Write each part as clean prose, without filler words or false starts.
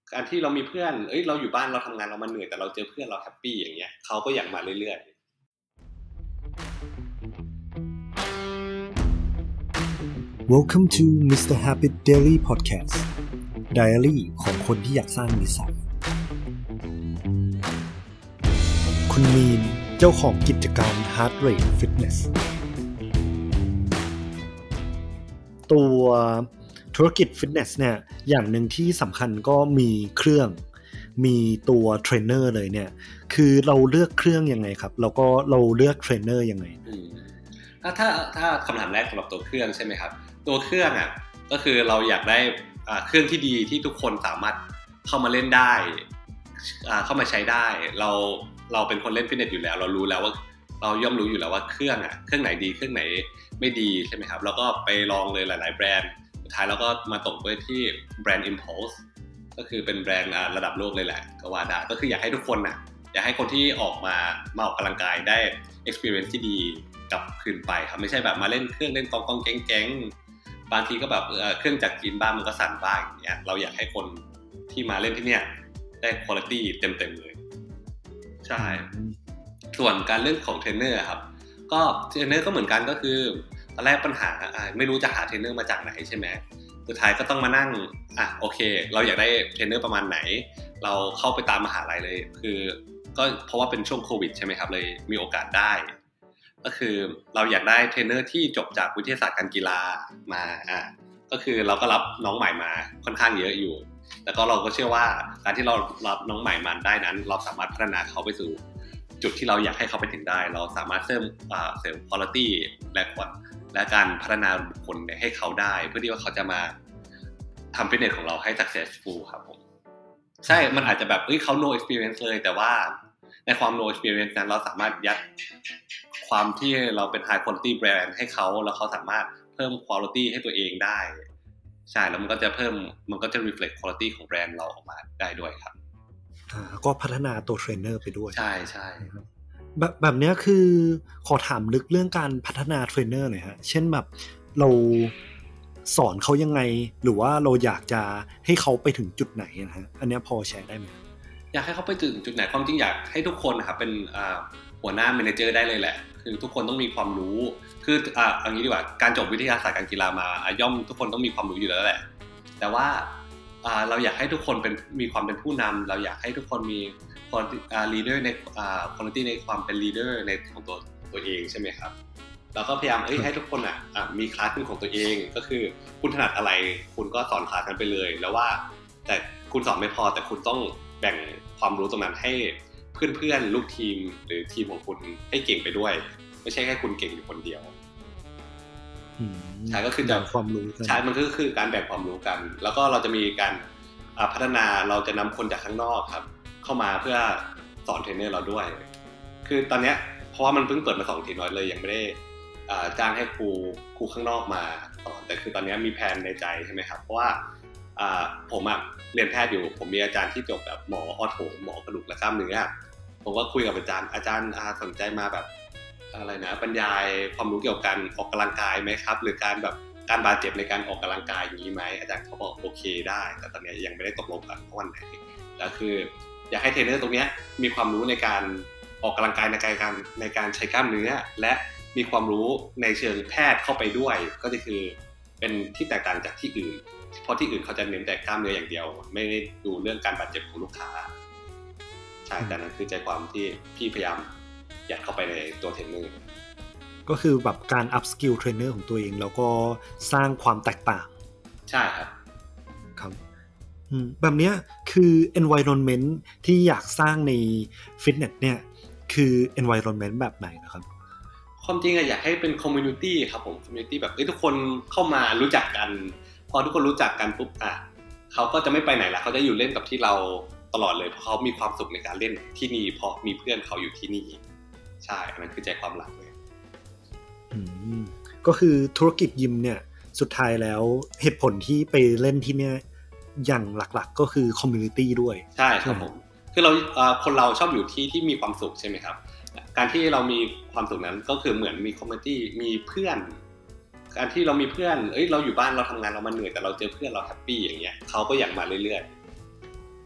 การที่เรามีเพื่อนเราอยู่บ้านเราทำงานเรามาเหนื่อยแต่เราเจอเพื่อนเราแฮปปี้อย่างเงี้ยเขาก็อยากมาเรื่อยๆ Welcome to Mr. Habit Daily Podcast Diary ของคนที่อยากสร้างนิสัยคุณมีนเจ้าของกิจการ Heart Rate Fitness ตัวธุรกิจฟิตเนสเนี่ยอย่างหนึ่งที่สำคัญก็มีเครื่องมีตัวเทรนเนอร์เลยเนี่ยคือเราเลือกเครื่องยังไงครับแล้วก็เราเลือกเทรนเนอร์ยังไงถ้าคำถามแรกสำหรับตัวเครื่องใช่ไหมครับตัวเครื่องอ่ะก็คือเราอยากได้เครื่องที่ดีที่ทุกคนสามารถเข้ามาเล่นได้เข้ามาใช้ได้เราเป็นคนเล่นฟิตเนสอยู่แล้วเรารู้แล้วว่าเราย่อมรู้อยู่แล้วว่าเครื่องไหนดีเครื่องไหนไม่ดีใช่ไหมครับแล้วก็ไปลองเลยหลายๆแบรนด์สุดท้ายเราก็มาตกไปที่แบรนด์ Impulse ก็คือเป็นแบรนด์ระดับโลกเลยแหละก็ว่าได้ก็คืออยากให้ทุกคนอยากให้คนที่ออกมาออกกำลังกายได้ experience ที่ดีกลับคืนไปครับไม่ใช่แบบมาเล่นเครื่องเล่นกองแก๊งบางทีก็แบบเครื่องจักรจีนบ้างมันก็สั่นบ้างอย่างเงี้ยเราอยากให้คนที่มาเล่นที่เนี่ยได้ quality เต็มๆเลยใช่ส่วนการเรื่องของเทรนเนอร์ครับก็เทรนเนอร์ก็เหมือนกันก็คือตอนแรกปัญหาไม่รู้จะหาเทรนเนอร์มาจากไหนใช่ไหมสุดท้ายก็ต้องมานั่งโอเคเราอยากได้เทรนเนอร์ประมาณไหนเราเข้าไปตามมหาลัยเลยคือก็เพราะว่าเป็นช่วงโควิดใช่ไหมครับเลยมีโอกาสได้ก็คือเราอยากได้เทรนเนอร์ที่จบจากวิทยาศาสตร์การกีฬามาก็คือเราก็รับน้องใหม่มาค่อนข้างเยอะอยู่แล้วก็เราก็เชื่อว่าการที่เรารับน้องใหม่มาได้นั้นเราสามารถพัฒนาเขาไปสู่จุดที่เราอยากให้เขาไปถึงได้เราสามารถเสริมquality และการพัฒนาบุคคลให้เขาได้เพื่อที่ว่าเขาจะมาทำฟิตเนสของเราให้ successful ครับผมใช่มันอาจจะแบบเขา no experience เลยแต่ว่าในความ no experience นั้นเราสามารถยัดความที่เราเป็น high quality brand ให้เขาแล้วเขาสามารถเพิ่ม quality ให้ตัวเองได้ใช่แล้วมันก็จะ reflect quality ของแบรนด์เราออกมาได้ด้วยครับก็พัฒนาตัวเทรนเนอร์ไปด้วยใช่ใช่แบบนี้คือขอถามลึกเรื่องการพัฒนาเทรนเนอร์หน่อยฮะเช่นแบบเราสอนเขายังไงหรือว่าเราอยากจะให้เขาไปถึงจุดไหนนะฮะอันนี้พอแชร์ได้ไหมอยากให้เขาไปถึงจุดไหนความจริงอยากให้ทุกคนนะครับเป็นหัวหน้าแมเนเจอร์ได้เลยแหละคือทุกคนต้องมีความรู้คืออย่างนี้ดีกว่าการจบวิทยาศาสตร์การกีฬามาย่อมทุกคนต้องมีความรู้อยู่แล้วแหละแต่ว่าเราอยากให้ทุกคนมีความเป็นผู้นำเราอยากให้ทุกคนมีleader ในquality ในความเป็น leader ในของตัวเองใช่ไหมครับแล้วก็พยายามให้ทุกคนมีคลาสเป็นของตัวเองก็คือคุณถนัดอะไรคุณก็สอนคลาสกันไปเลยแล้วว่าแต่คุณสอนไม่พอแต่คุณต้องแบ่งความรู้ตรงนั้นให้เพื่อนๆลูกทีมหรือทีมของคุณให้เก่งไปด้วยไม่ใช่แค่คุณเก่งอยู่คนเดียวใช่ก็คือแบ่งความรู้ใช่มันก็คือการแบ่งความรู้กันแล้วก็เราจะมีการพัฒนาเราจะนำคนจากข้างนอกครับเข้ามาเพื่อสอนเทรนเนอร์เราด้วยคือตอนนี้เพราะว่ามันเพิ่งเปิดมา2 ทีน้อยเลยยังไม่ได้จ้างให้ครูข้างนอกมาสอนแต่คือตอนนี้มีแผนในใจใช่ไหมครับเพราะว่าผมเรียนแพทย์อยู่ผมมีอาจารย์ที่จบแบบหมอออโถหมอกระดูกและกล้ามเนื้อผมก็คุยกับอาจารย์สนใจมาแบบอะไรนะบรรยายความรู้เกี่ยวกับการออกกำลังกายไหมครับหรือการแบบการบาดเจ็บในการออกกำลังกายอย่างนี้ไหมอาจารย์เขาบอกโอเคได้แต่ตอนนี้ยังไม่ได้ตกลงกันเพราะวันไหนแล้วคืออยากให้เทรนเนอร์ตรงนี้มีความรู้ในการออกกำลังกายในการใช้กล้ามเนื้อและมีความรู้ในเชิงแพทย์เข้าไปด้วยก็จะคือเป็นที่แตกต่างจากที่อื่นเพราะที่อื่นเขาจะเน้นแต่กล้ามเนื้ออย่างเดียวไม่ได้ดูเรื่องการบาดเจ็บของลูกค้าใช่แต่นั่นคือใจความที่พี่พยายามยัดเข้าไปในตัวเทรนเนอร์ก็คือแบบการอัพสกิลเทรนเนอร์ของตัวเองแล้วก็สร้างความแตกต่างใช่ครับแบบนี้คือ environment ที่อยากสร้างในฟิตเนสเนี่ยคือ environment แบบไหนนะครับความจริงอยากให้เป็น community ครับผม community แบบทุกคนเข้ามารู้จักกันพอทุกคนรู้จักกันปุ๊บเขาก็จะไม่ไปไหนละเขาจะอยู่เล่นกับที่เราตลอดเลยเพราะเขามีความสุขในการเล่นที่นี่เพราะมีเพื่อนเขาอยู่ที่นี่ใช่อันนั้นคือใจความหลักเลยก็คือธุรกิจยิมเนี่ยสุดท้ายแล้วเหตุผลที่ไปเล่นที่เนี่ยอย่างหลักๆก็คือ community ด้วยใช่ครับผมคือเราคนเราชอบอยู่ที่มีความสุขใช่ไหมครับการที่เรามีความสุขนั้นก็คือเหมือนมี community มีเพื่อนการที่เรามีเพื่อนเราอยู่บ้านเราทำงานเรามาเหนื่อยแต่เราเจอเพื่อนเราแฮปปี้อย่างเงี้ยเขาก็อยากมาเรื่อย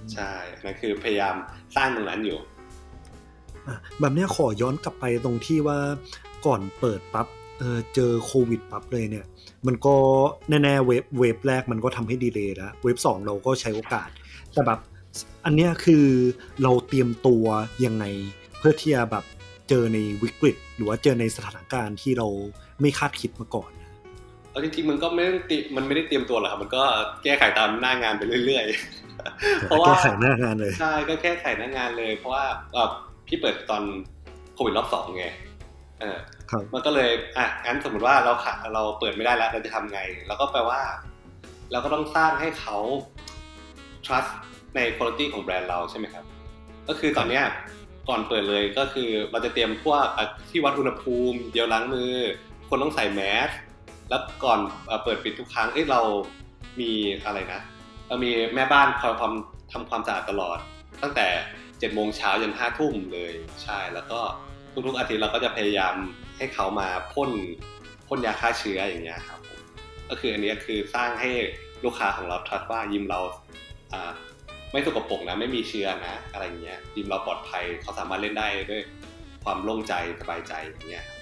ใช่นั่นคือพยายามสร้างตรงนั้นอยู่แบบนี้ขอย้อนกลับไปตรงที่ว่าก่อนเปิดปั๊บเจอโควิดปั๊บเลยเนี่ยมันก็แน่ๆเวฟแรกมันก็ทำให้ดีเลย์แล้วเวฟ2เราก็ใช้โอกาสแต่แบบอันเนี้ยคือเราเตรียมตัวยังไงเพื่อที่จะแบบเจอในวิกฤตหรือว่าเจอในสถานการณ์ที่เราไม่คาดคิดมาก่อนจริงๆมันก็ไม่ได้เตรียมตัวหรอกครับมันก็แก้ไขตามหน้างานไปเรื่อยๆเพราะว่าแก้ไขหน้างานเลยใช่ก็แก้ไขหน้างานเลยเพราะว่าพี่เปิดตอนโควิดรอบ2ไงมันก็เลยงั้นสมมติว่าเราเปิดไม่ได้แล้วเราจะทำไงเราก็แปลว่าเราก็ต้องสร้างให้เขา trust ใน quality ของแบรนด์เราใช่ไหมครับก็คือตอนเนี้ยก่อนเปิดเลยก็คือเราจะเตรียมพวกที่วัดอุณหภูมิเจลล้างมือคนต้องใส่แมสแล้วก่อนเปิดปิดทุกครั้งเรามีอะไรนะเรามีแม่บ้านคอยทำความสะอาดตลอดตั้งแต่ 7:00 นเช้ายัน 5:00 นเลยใช่แล้วก็ทุกๆอาทิตย์เราก็จะพยายามให้เขามาพ่นยาฆ่าเชื้ออย่างเงี้ยครับก็คืออันนี้คือสร้างให้ลูกค้าของเราทรัสว่ายิมเราไม่สกปรกนะไม่มีเชื้อนะอะไรเงี้ยยิมเราปลอดภัยเขาสามารถเล่นได้ด้วยความโล่งใจสบายใจอย่างเงี้ย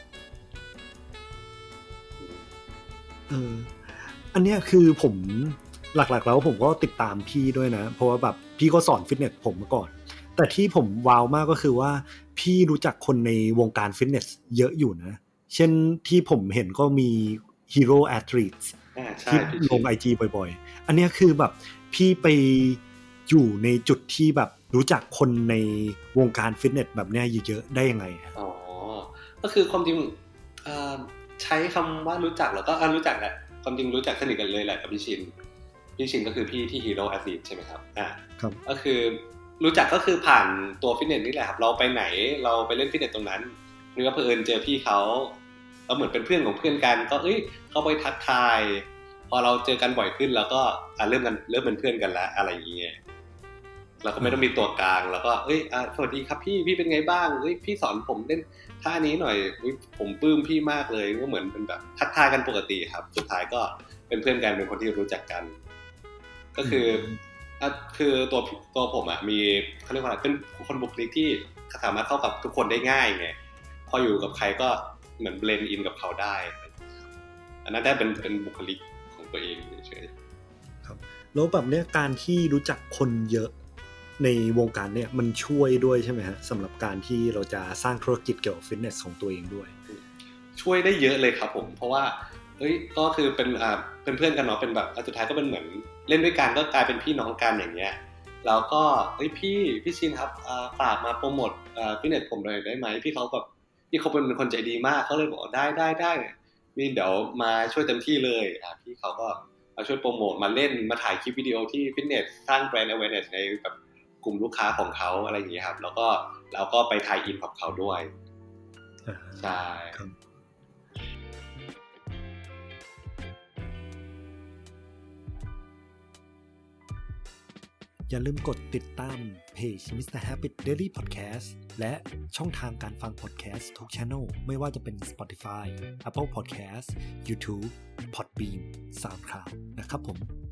อันเนี้ยคือผมหลักๆแล้วผมก็ติดตามพี่ด้วยนะเพราะว่าแบบพี่ก็สอนฟิตเนสผมมาก่อนแต่ที่ผมว้าวมากก็คือว่าพี่รู้จักคนในวงการฟิตเนสเยอะอยู่นะเช่นที่ผมเห็นก็มีฮีโร่แอทลีตที่ลง IG บ่อยๆอันนี้คือแบบพี่ไปอยู่ในจุดที่แบบรู้จักคนในวงการฟิตเนสแบบนี้เยอะๆได้ยังไงอ๋อก็คือความจริงใช้คำว่ารู้จักแล้วก็รู้จักแหละความจริงรู้จักสนิทกันเลยแหละกับพี่ชินก็คือพี่ที่ฮีโร่แอทลีตใช่ไหมครับครับก็คือรู้จักก็คือผ่านตัวฟิตเนสนี่แหละครับเราไปไหนเราไปเล่นฟิตเนสตรงนั้นนึกว่าเผอิญเจอพี่เขาเราเหมือนเป็นเพื่อนของเพื่อนกันก็เขาไปทักทายพอเราเจอกันบ่อยขึ้นแล้วก็เริ่มเป็นเพื่อนกันแล้วอะไรอย่างเงี้ยเราก็ไม่ต้องมีตัวกลางแล้วก็สวัสดีครับพี่เป็นไงบ้างพี่สอนผมเล่นท่านี้หน่อยผมปลื้มพี่มากเลยก็เหมือนเป็นแบบทักทายกันปกติครับสุดท้ายก็เป็นเพื่อนกันเป็นคนที่รู้จักกันก็คือตัวผมมีเขาเรียกว่าอะไรเป็นคนบุคลิกที่สามารถเข้ากับทุกคนได้ง่ายไงพออยู่กับใครก็เหมือนเบลนด์อินกับเขาได้อันนั้นได้เป็นบุคลิกของตัวเองเฉยๆครับแล้วแบบเนี้ยการที่รู้จักคนเยอะในวงการเนี่ยมันช่วยด้วยใช่ไหมฮะสำหรับการที่เราจะสร้างธุรกิจเกี่ยวกับฟิตเนสของตัวเองด้วยช่วยได้เยอะเลยครับผมเพราะว่าก็คือเป็นเพื่อนกันเนาะเป็นแบบสุดท้ายก็เป็นเหมือนเล่นด้วยกันก็กลายเป็นพี่น้องกันอย่างเงี้ยแล้วก็พี่ชินครับฝากมาโปรโมทฟิตเนสผมหน่อยได้ไหมพี่เขาแบบพี่เขาเป็นคนใจดีมากเขาเลยบอกได้นี่เดี๋ยวมาช่วยเต็มที่เลยพี่เขาก็มาช่วยโปรโมทมาเล่นมาถ่ายคลิปวิดีโอที่ฟิตเนสสร้างแบรนด์ awareness ในแบบกลุ่มลูกค้าของเขาอะไรอย่างเงี้ยครับแล้วก็ไปถ่ายอินกับเขาด้วยใช่อย่าลืมกดติดตามเพจ Mr. Habit Daily Podcast และช่องทางการฟัง podcast ทุก channel ไม่ว่าจะเป็น Spotify, Apple Podcast, YouTube, Podbean, SoundCloud นะครับผม